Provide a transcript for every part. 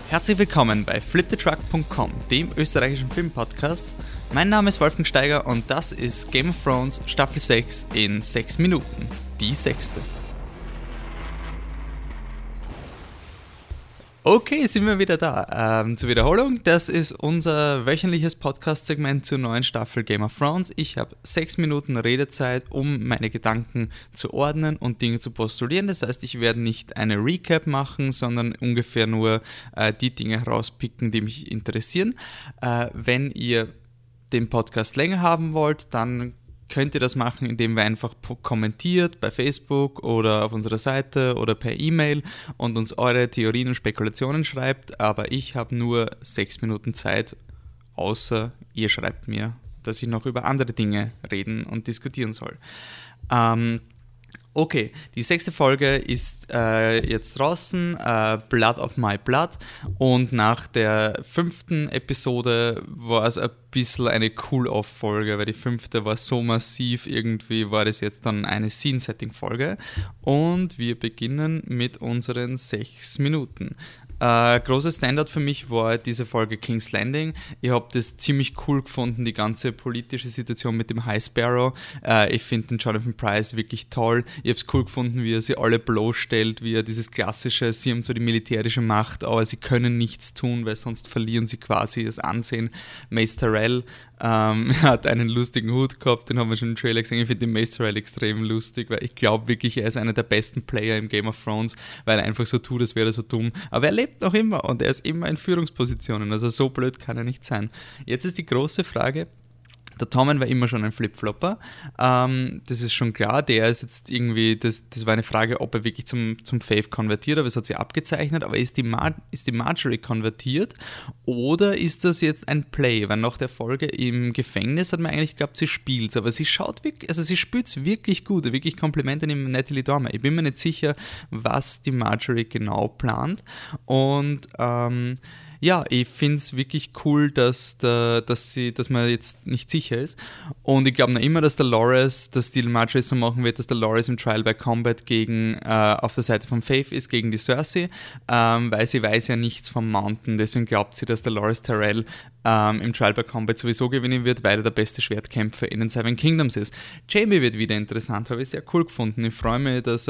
Herzlich willkommen bei flipthetruck.com, dem österreichischen Filmpodcast. Mein Name ist Wolfgang Steiger und das ist Game of Thrones Staffel 6 in 6 Minuten, die 6. Okay, sind wir wieder da. Zur Wiederholung, das ist unser wöchentliches Podcast-Segment zur neuen Staffel Game of Thrones. Ich habe 6 Minuten Redezeit, um meine Gedanken zu ordnen und Dinge zu postulieren. Das heißt, ich werde nicht eine Recap machen, sondern ungefähr nur die Dinge herauspicken, die mich interessieren. Wenn ihr den Podcast länger haben wollt, dann könnt ihr das machen, indem ihr einfach kommentiert bei Facebook oder auf unserer Seite oder per E-Mail und uns eure Theorien und Spekulationen schreibt, aber ich habe nur 6 Minuten Zeit, außer ihr schreibt mir, dass ich noch über andere Dinge reden und diskutieren soll. Okay, die 6. Folge ist jetzt draußen, Blood of My Blood, und nach der 5. Episode war es ein bisschen eine Cool-Off-Folge, weil die 5. war so massiv, irgendwie war das jetzt dann eine Scene-Setting-Folge und wir beginnen mit unseren 6 Minuten. Großes Standout für mich war diese Folge King's Landing. Ich habe das ziemlich cool gefunden, die ganze politische Situation mit dem High Sparrow. Ich finde den Jonathan Pryce wirklich toll. Ich habe es cool gefunden, wie er sie alle bloßstellt, wie er dieses klassische, sie haben so die militärische Macht, aber sie können nichts tun, weil sonst verlieren sie quasi das Ansehen. Mace Tyrell hat einen lustigen Hut gehabt, den haben wir schon im Trailer gesehen. Ich finde den Mace Tyrell extrem lustig, weil ich glaube wirklich, er ist einer der besten Player im Game of Thrones, weil er einfach so tut, als wäre er so dumm. Aber er lebt noch immer und er ist immer in Führungspositionen, also so blöd kann er nicht sein. Jetzt ist die große Frage, der Tommen war immer schon ein Flipflopper, das ist schon klar, der ist jetzt irgendwie, das war eine Frage, ob er wirklich zum Faith konvertiert, aber es hat sich abgezeichnet, aber ist die Marjorie konvertiert oder ist das jetzt ein Play, weil nach der Folge im Gefängnis hat man eigentlich geglaubt, sie spielt, aber sie schaut wirklich, also sie spielt es wirklich gut, wirklich Komplimente an Natalie Dormer. Ich bin mir nicht sicher, was die Marjorie genau plant und ja, ich finde es wirklich cool, dass man jetzt nicht sicher ist. Und ich glaube noch immer, dass die Marjorie so machen wird, dass der Loras im Trial by Combat auf der Seite von Faith ist, gegen die Cersei, weil sie weiß ja nichts vom Mountain. Deswegen glaubt sie, dass der Loras Tyrell im Trial by Combat sowieso gewinnen wird, weil er der beste Schwertkämpfer in den Seven Kingdoms ist. Jaime wird wieder interessant, habe ich sehr cool gefunden. Ich freue mich, dass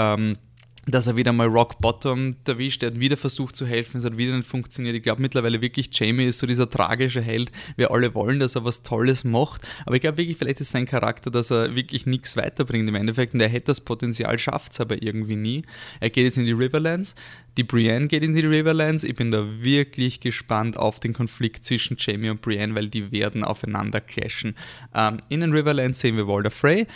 er wieder mal Rock Bottom erwischt, er hat wieder versucht zu helfen, es hat wieder nicht funktioniert. Ich glaube mittlerweile wirklich, Jaime ist so dieser tragische Held, wir alle wollen, dass er was Tolles macht, aber ich glaube wirklich, vielleicht ist sein Charakter, dass er wirklich nichts weiterbringt im Endeffekt und er hätte das Potenzial, schafft es aber irgendwie nie. Er geht jetzt in die Riverlands, die Brienne geht in die Riverlands, ich bin da wirklich gespannt auf den Konflikt zwischen Jaime und Brienne, weil die werden aufeinander clashen. In den Riverlands sehen wir Walder Frey,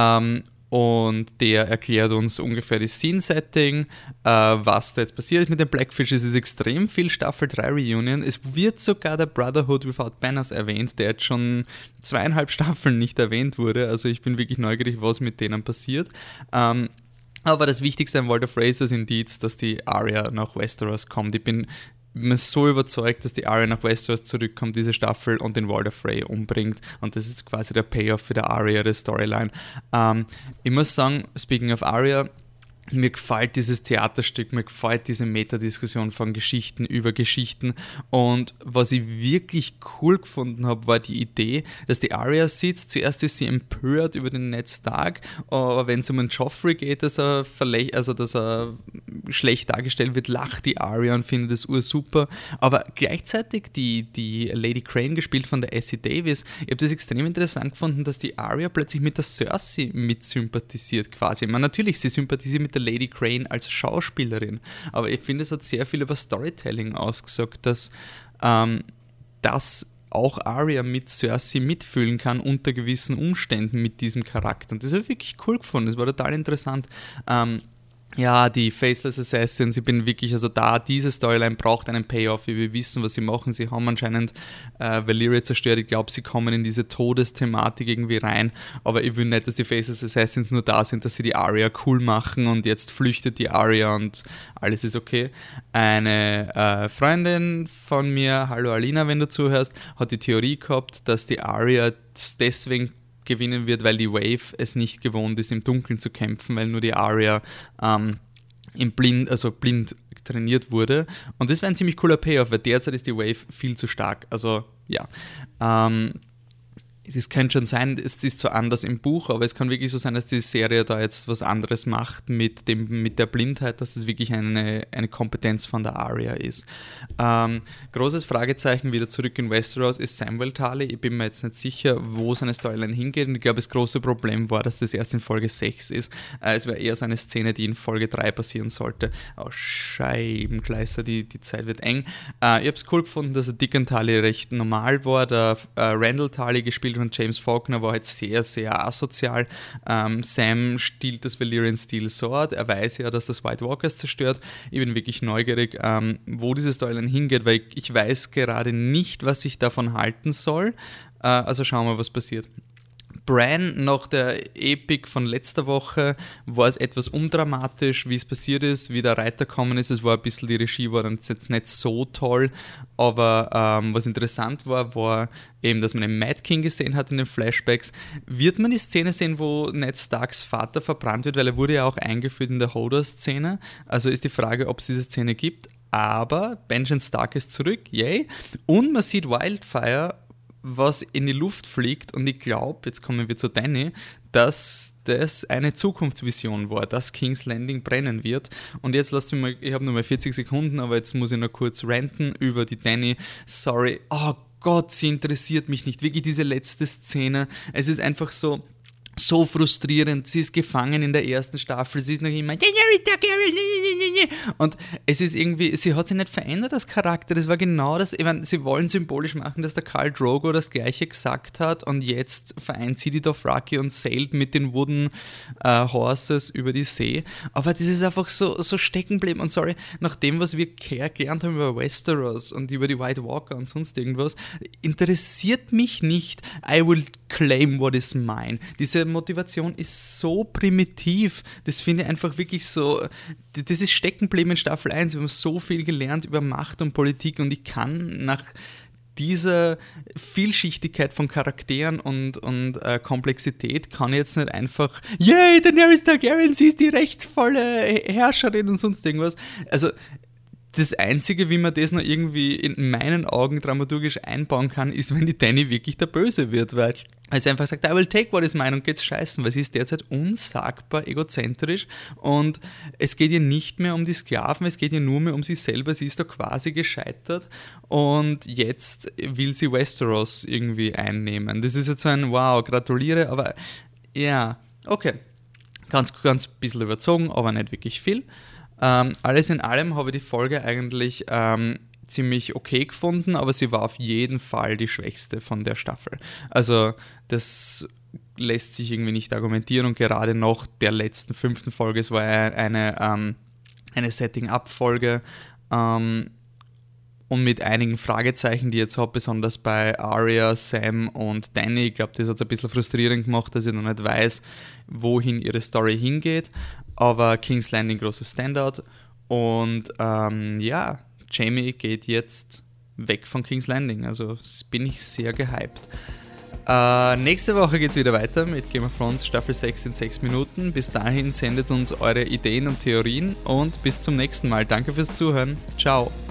und der erklärt uns ungefähr das Scene-Setting, was da jetzt passiert ist mit den Blackfishes. Es ist extrem viel Staffel 3 Reunion. Es wird sogar der Brotherhood Without Banners erwähnt, der jetzt schon 2,5 Staffeln nicht erwähnt wurde. Also ich bin wirklich neugierig, was mit denen passiert. Aber das Wichtigste an Walder Frey ist das Indiz, dass die Arya nach Westeros kommt. Ich bin so überzeugt, dass die Arya nach Westeros zurückkommt, diese Staffel, und den Walder Frey umbringt. Und das ist quasi der Payoff für die Arya, der Storyline. Ich muss sagen, speaking of Arya, mir gefällt dieses Theaterstück, mir gefällt diese Metadiskussion von Geschichten über Geschichten, und was ich wirklich cool gefunden habe, war die Idee, dass die Arya sitzt, zuerst ist sie empört über den Ned Stark, aber wenn es um einen Joffrey geht, dass er schlecht dargestellt wird, lacht die Arya und findet es ursuper, aber gleichzeitig die Lady Crane, gespielt von der Essie Davis, ich habe das extrem interessant gefunden, dass die Arya plötzlich mit der Cersei mitsympathisiert quasi. Ich meine, natürlich, sie sympathisiert mit der Lady Crane als Schauspielerin, aber ich finde, es hat sehr viel über Storytelling ausgesagt, dass auch Arya mit Cersei mitfühlen kann unter gewissen Umständen mit diesem Charakter, und das habe ich wirklich cool gefunden, das war total interessant. Ja, die Faceless Assassins, ich bin wirklich, also diese Storyline braucht einen Payoff, wie wir wissen, was sie machen. Sie haben anscheinend Valyria zerstört, ich glaube, sie kommen in diese Todesthematik irgendwie rein, aber ich will nicht, dass die Faceless Assassins nur da sind, dass sie die Arya cool machen und jetzt flüchtet die Arya und alles ist okay. Eine Freundin von mir, hallo Alina, wenn du zuhörst, hat die Theorie gehabt, dass die Arya deswegen gewinnen wird, weil die Wave es nicht gewohnt ist, im Dunkeln zu kämpfen, weil nur die Arya blind trainiert wurde. Und das wäre ein ziemlich cooler Payoff, weil derzeit ist die Wave viel zu stark. Also ja, es kann schon sein, es ist zwar anders im Buch, aber es kann wirklich so sein, dass die Serie da jetzt was anderes macht mit der Blindheit, dass es wirklich eine Kompetenz von der Arya ist. Großes Fragezeichen wieder zurück in Westeros ist Samwell Tarly. Ich bin mir jetzt nicht sicher, wo seine Storyline hingeht, und ich glaube, das große Problem war, dass das erst in Folge 6 ist. Es wäre eher so eine Szene, die in Folge 3 passieren sollte. Oh, Scheibenkleister, die Zeit wird eng. Ich habe es cool gefunden, dass der Dickon Tarly recht normal war. Der Randall Tarly, gespielt von James Faulkner, war halt sehr, sehr asozial. Sam stiehlt das Valyrian Steel Sword. Er weiß ja, dass das White Walkers zerstört. Ich bin wirklich neugierig, wo diese Storyline hingeht, weil ich weiß gerade nicht, was ich davon halten soll. Also schauen wir, was passiert. Bran, nach der Epik von letzter Woche, war es etwas undramatisch, wie es passiert ist, wie der Reiter gekommen ist. Es war ein bisschen, die Regie war dann jetzt nicht so toll, aber was interessant war eben, dass man den Mad King gesehen hat in den Flashbacks. Wird man die Szene sehen, wo Ned Starks Vater verbrannt wird, weil er wurde ja auch eingeführt in der Hodor-Szene. Also ist die Frage, ob es diese Szene gibt. Aber Benjen Stark ist zurück, yay. Und man sieht Wildfire, was in die Luft fliegt, und ich glaube, jetzt kommen wir zu Dany, dass das eine Zukunftsvision war, dass King's Landing brennen wird. Und jetzt lasst mich mal, ich habe nur mal 40 Sekunden, aber jetzt muss ich noch kurz ranten über die Dany. Sorry, oh Gott, sie interessiert mich nicht. Wirklich diese letzte Szene, es ist einfach so frustrierend. Sie ist gefangen in der ersten Staffel. Sie ist noch immer und es ist irgendwie, sie hat sich nicht verändert als Charakter. Das war genau das, ich meine, sie wollen symbolisch machen, dass der Khal Drogo das Gleiche gesagt hat, und jetzt vereint sie die Dothraki und sailt mit den Wooden Horses über die See. Aber das ist einfach so stecken geblieben. Und sorry, nach dem, was wir gelernt haben über Westeros und über die White Walker und sonst irgendwas, interessiert mich nicht. I will claim what is mine. Diese Motivation ist so primitiv. Das finde ich einfach wirklich so, das ist steckengeblieben in Staffel 1. Wir haben so viel gelernt über Macht und Politik, und ich kann nach dieser Vielschichtigkeit von Charakteren und Komplexität kann ich jetzt nicht einfach, yay, Daenerys Targaryen, sie ist die rechtsvolle Herrscherin und sonst irgendwas. Also das Einzige, wie man das noch irgendwie in meinen Augen dramaturgisch einbauen kann, ist, wenn die Dany wirklich der Böse wird, weil sie einfach sagt, I will take what is mine, und geht's scheißen, weil sie ist derzeit unsagbar egozentrisch, und es geht ihr nicht mehr um die Sklaven, es geht ihr nur mehr um sie selber. Sie ist da quasi gescheitert, und jetzt will sie Westeros irgendwie einnehmen. Das ist jetzt so ein wow, gratuliere, aber ja, okay, ganz bisschen überzogen, aber nicht wirklich viel. Alles in allem habe ich die Folge eigentlich ziemlich okay gefunden, aber sie war auf jeden Fall die schwächste von der Staffel. Also das lässt sich irgendwie nicht argumentieren, und gerade nach der letzten 5. Folge, es war eine Setting-Up-Folge, und mit einigen Fragezeichen, die ich jetzt habe, besonders bei Arya, Sam und Dany. Ich glaube, das hat es ein bisschen frustrierend gemacht, dass ich noch nicht weiß, wohin ihre Story hingeht. Aber King's Landing, großes Standout. Und ja, Jaime geht jetzt weg von King's Landing. Also bin ich sehr gehypt. Nächste Woche geht es wieder weiter mit Game of Thrones Staffel 6 in 6 Minuten. Bis dahin sendet uns eure Ideen und Theorien, und bis zum nächsten Mal. Danke fürs Zuhören. Ciao.